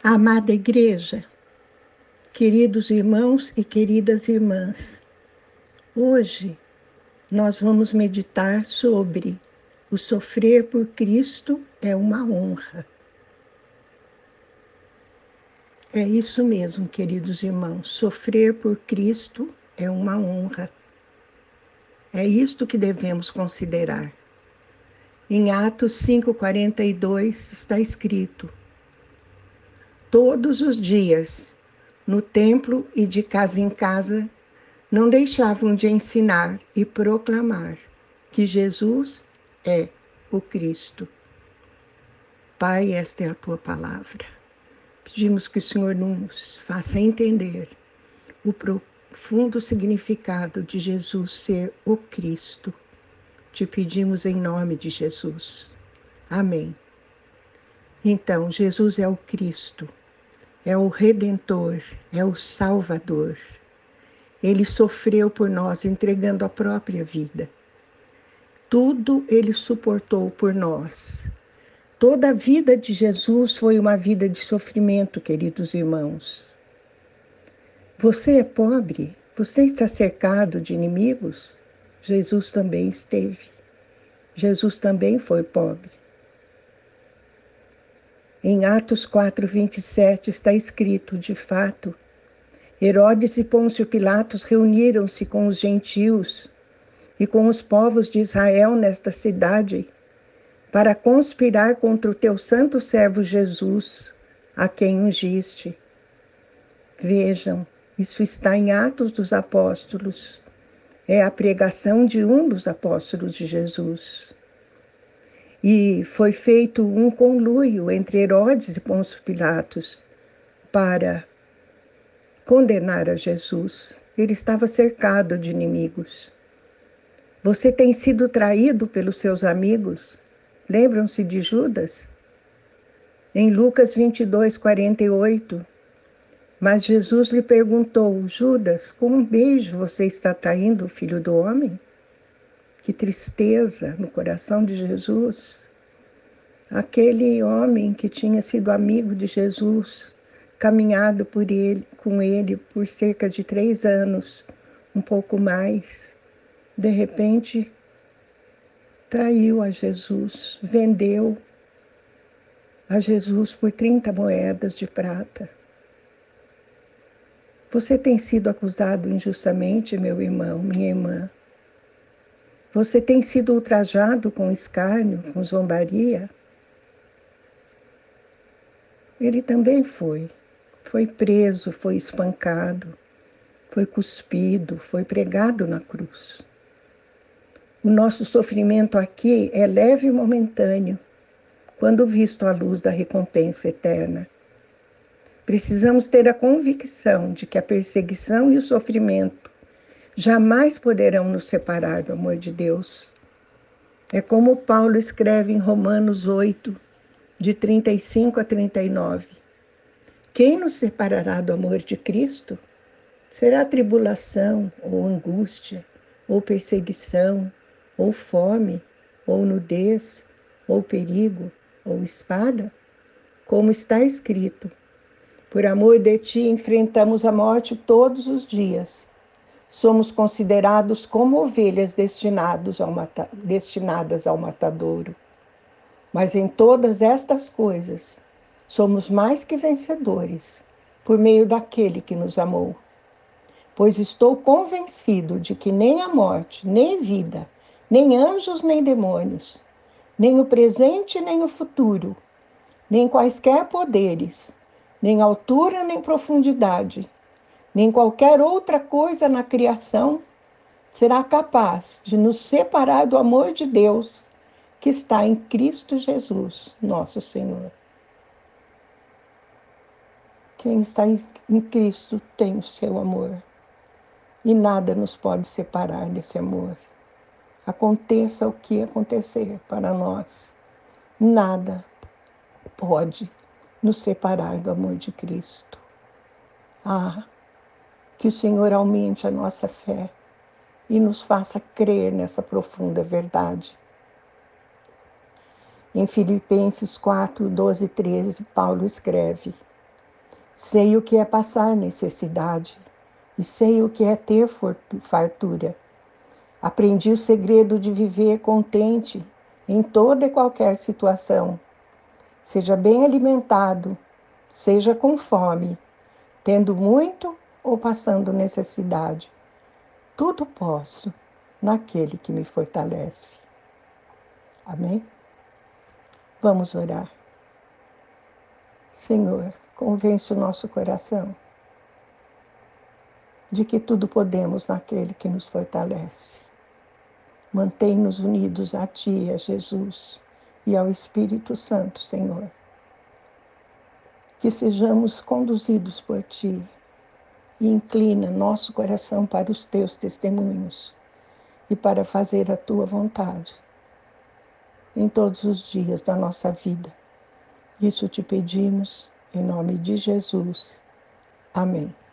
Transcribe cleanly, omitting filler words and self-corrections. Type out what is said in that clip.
Amada Igreja, queridos irmãos e queridas irmãs, hoje nós vamos meditar sobre o sofrer por Cristo é uma honra. É isso mesmo, queridos irmãos, sofrer por Cristo é uma honra. É isto que devemos considerar. Em Atos 5:42 está escrito: todos os dias, no templo e de casa em casa, não deixavam de ensinar e proclamar que Jesus é o Cristo. Pai, esta é a tua palavra. Pedimos que o Senhor nos faça entender o profundo significado de Jesus ser o Cristo. Te pedimos em nome de Jesus. Amém. Então, Jesus é o Cristo, é o Redentor, é o Salvador. Ele sofreu por nós, entregando a própria vida. Tudo ele suportou por nós. Toda a vida de Jesus foi uma vida de sofrimento, queridos irmãos. Você é pobre? Você está cercado de inimigos? Jesus também esteve. Jesus também foi pobre. Em Atos 4:27 está escrito, de fato, Herodes e Pôncio Pilatos reuniram-se com os gentios e com os povos de Israel nesta cidade para conspirar contra o teu santo servo Jesus, a quem ungiste. Vejam, isso está em Atos dos Apóstolos. É a pregação de um dos apóstolos de Jesus. E foi feito um conluio entre Herodes e Pôncio Pilatos para condenar a Jesus. Ele estava cercado de inimigos. Você tem sido traído pelos seus amigos? Lembram-se de Judas? Em Lucas 22:48, mas Jesus lhe perguntou: Judas, com um beijo você está traindo o Filho do Homem? Que tristeza no coração de Jesus. Aquele homem que tinha sido amigo de Jesus, caminhado com ele por cerca de 3 anos, um pouco mais, de repente traiu a Jesus, vendeu a Jesus por 30 moedas de prata. Você tem sido acusado injustamente, meu irmão, minha irmã. Você tem sido ultrajado com escárnio, com zombaria. Ele também foi. Foi preso, foi espancado, foi cuspido, foi pregado na cruz. O nosso sofrimento aqui é leve e momentâneo, quando visto à luz da recompensa eterna. Precisamos ter a convicção de que a perseguição e o sofrimento jamais poderão nos separar do amor de Deus. É como Paulo escreve em Romanos 8, de 35 a 39. Quem nos separará do amor de Cristo? Será tribulação, ou angústia, ou perseguição, ou fome, ou nudez, ou perigo, ou espada? Como está escrito, por amor de ti enfrentamos a morte todos os dias. Somos considerados como ovelhas destinadas ao matadouro. Mas em todas estas coisas, somos mais que vencedores, por meio daquele que nos amou. Pois estou convencido de que nem a morte, nem vida, nem anjos, nem demônios, nem o presente, nem o futuro, nem quaisquer poderes, nem altura, nem profundidade, nem qualquer outra coisa na criação será capaz de nos separar do amor de Deus que está em Cristo Jesus, nosso Senhor. Quem está em Cristo tem o seu amor. E nada nos pode separar desse amor. Aconteça o que acontecer para nós, nada pode nos separar do amor de Cristo. Que o Senhor aumente a nossa fé e nos faça crer nessa profunda verdade. Em Filipenses 4, 12 e 13, Paulo escreve: Sei o que é passar necessidade e sei o que é ter fartura. Aprendi o segredo de viver contente em toda e qualquer situação. Seja bem alimentado, seja com fome, tendo muito ou passando necessidade. Tudo posso naquele que me fortalece. Amém? Vamos orar. Senhor, convence o nosso coração de que tudo podemos naquele que nos fortalece. Mantém-nos unidos a Ti, a Jesus e ao Espírito Santo, Senhor. Que sejamos conduzidos por Ti e inclina nosso coração para os Teus testemunhos e para fazer a Tua vontade em todos os dias da nossa vida. Isso te pedimos em nome de Jesus. Amém.